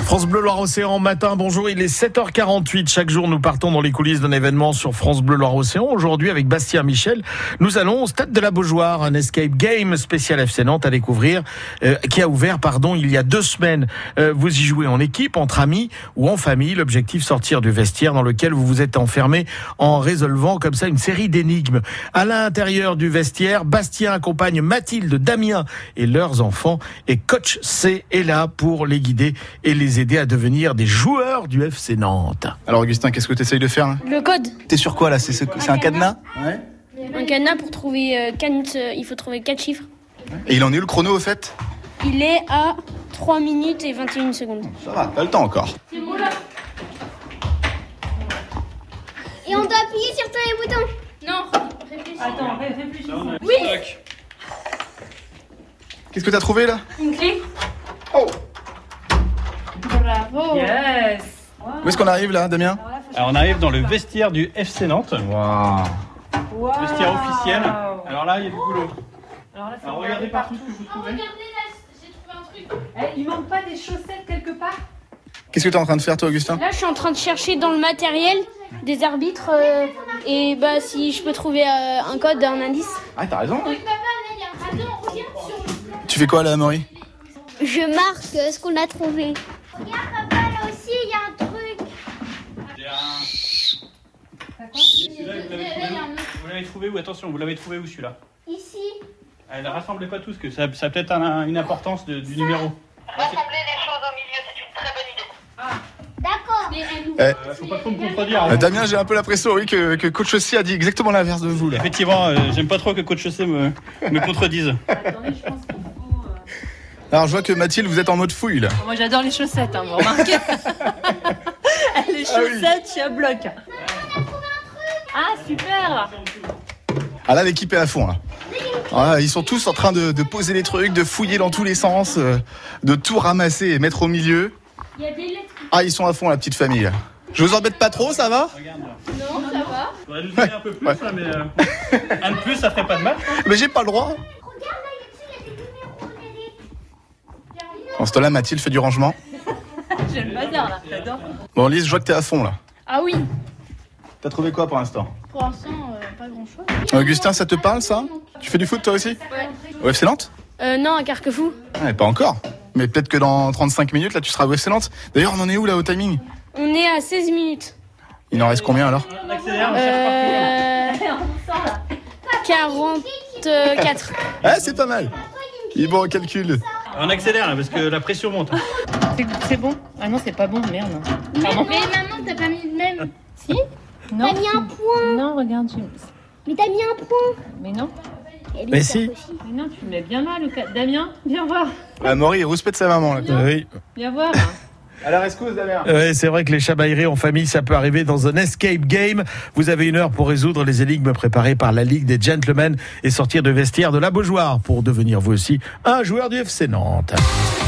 France Bleu Loire-Océan matin, bonjour, il est 7h48. Chaque jour, nous partons dans les coulisses d'un événement sur France Bleu Loire-Océan. Aujourd'hui, avec Bastien Michel, nous allons au Stade de la Beaujoire, un escape game spécial FC Nantes à découvrir, qui a ouvert, il y a 2 semaines. Vous y jouez en équipe, entre amis ou en famille. L'objectif, sortir du vestiaire dans lequel vous vous êtes enfermé en résolvant comme ça une série d'énigmes. À l'intérieur du vestiaire, Bastien accompagne Mathilde, Damien et leurs enfants. Et Coach C est là pour les guider et les aider à devenir des joueurs du FC Nantes. Alors Augustin, qu'est-ce que tu essayes de faire là ? Le code. T'es sur quoi là ? C'est un cadenas ? Ouais. Un cadenas pour trouver il faut trouver 4 chiffres. Et il en est où le chrono au fait ? Il est à 3 minutes et 21 secondes. Ça va, t'as le temps encore. C'est bon là. Et on doit appuyer sur tous les boutons. Non, réfléchis. Attends, réfléchis. Oui. Qu'est-ce que t'as trouvé là ? Une clé. Oh ! Bravo. Yes. Où est-ce qu'on arrive là, Damien ? Alors on arrive dans le vestiaire du FC Nantes, Waouh ! Wow. vestiaire officiel. Alors là, il y a du boulot. Alors là, faut Alors regardez partout ce que vous trouvez. J'ai trouvé un truc. Il manque pas des chaussettes quelque part ? Qu'est-ce que t'es en train de faire toi, Augustin ? Là, je suis en train de chercher dans le matériel des arbitres et si je peux trouver un code, un indice. Ah, t'as raison. Papa, il y a un radar, regarde sur le... Tu fais quoi là, Amaury ? Je marque ce qu'on a trouvé. Regarde, papa, là aussi, il y a un truc. Celui-là, vous l'avez trouvé où ? Attention, vous l'avez trouvé où celui-là ? Ici. Ne rassemblez pas tous, que ça a peut-être une importance du numéro. Rassembler les choses au milieu, c'est une très bonne idée. D'accord. Faut pas trop me contredire. Damien, j'ai un peu l'impression que Coach aussi a dit exactement l'inverse de vous là. Effectivement, j'aime pas trop que Coach C me contredise. Attendez, je pense qu'il faut... Alors je vois que Mathilde, vous êtes en mode fouille là. Moi j'adore les chaussettes, vous remarquez. Les chaussettes, je suis à bloc. Ah, super. Ah là, l'équipe est à fond là. Ah, ils sont tous en train de poser les trucs, de fouiller dans tous les sens, de tout ramasser et mettre au milieu. Il y a des lettres. Ah, ils sont à fond la petite famille là. Je vous embête pas trop, ça va ? Regarde là. Non, ça va. Faudrait nous aider un peu plus, Ouais. là, mais un de plus, ça ferait pas de mal. Mais j'ai pas le droit. Regarde, là, il y a des numéros, En ce temps-là, Mathilde fait du rangement. J'ai le bazar là, j'adore. Bon, Lise, je vois que t'es à fond là. Ah oui. T'as trouvé quoi pour l'instant ? Pour l'instant, pas grand-chose. Augustin, ça te parle ça ? Tu fais du foot toi aussi ? Ouais. Au FC Nantes ? Non, à Carquefou. Ouais, pas encore. Mais peut-être que dans 35 minutes, là, tu seras au FC Nantes. D'ailleurs, on en est où là au timing ? On est à 16 minutes. Il en reste combien alors ? On accélère, on cherche partout. 44. Ah, c'est pas mal. Il est bon au calcul. On accélère là, parce que la pression monte. C'est bon ? Ah non, c'est pas bon, merde. Pardon. Mais maman, t'as pas mis le même. Si ? Non. T'as mis un point. Non, regarde, Mais t'as mis un point. mais non. Mais si. Mais non, tu le mets bien là, le cas. Damien, viens voir. Amaury, il rouspète sa maman là. Oui. Viens voir. À la rescousse, Damien. Ouais, c'est vrai que les chamailleries en famille, ça peut arriver dans un escape game. Vous avez 1 heure pour résoudre les énigmes préparées par la Ligue des Gentlemen et sortir de vestiaire de la Beaujoire pour devenir vous aussi un joueur du FC Nantes.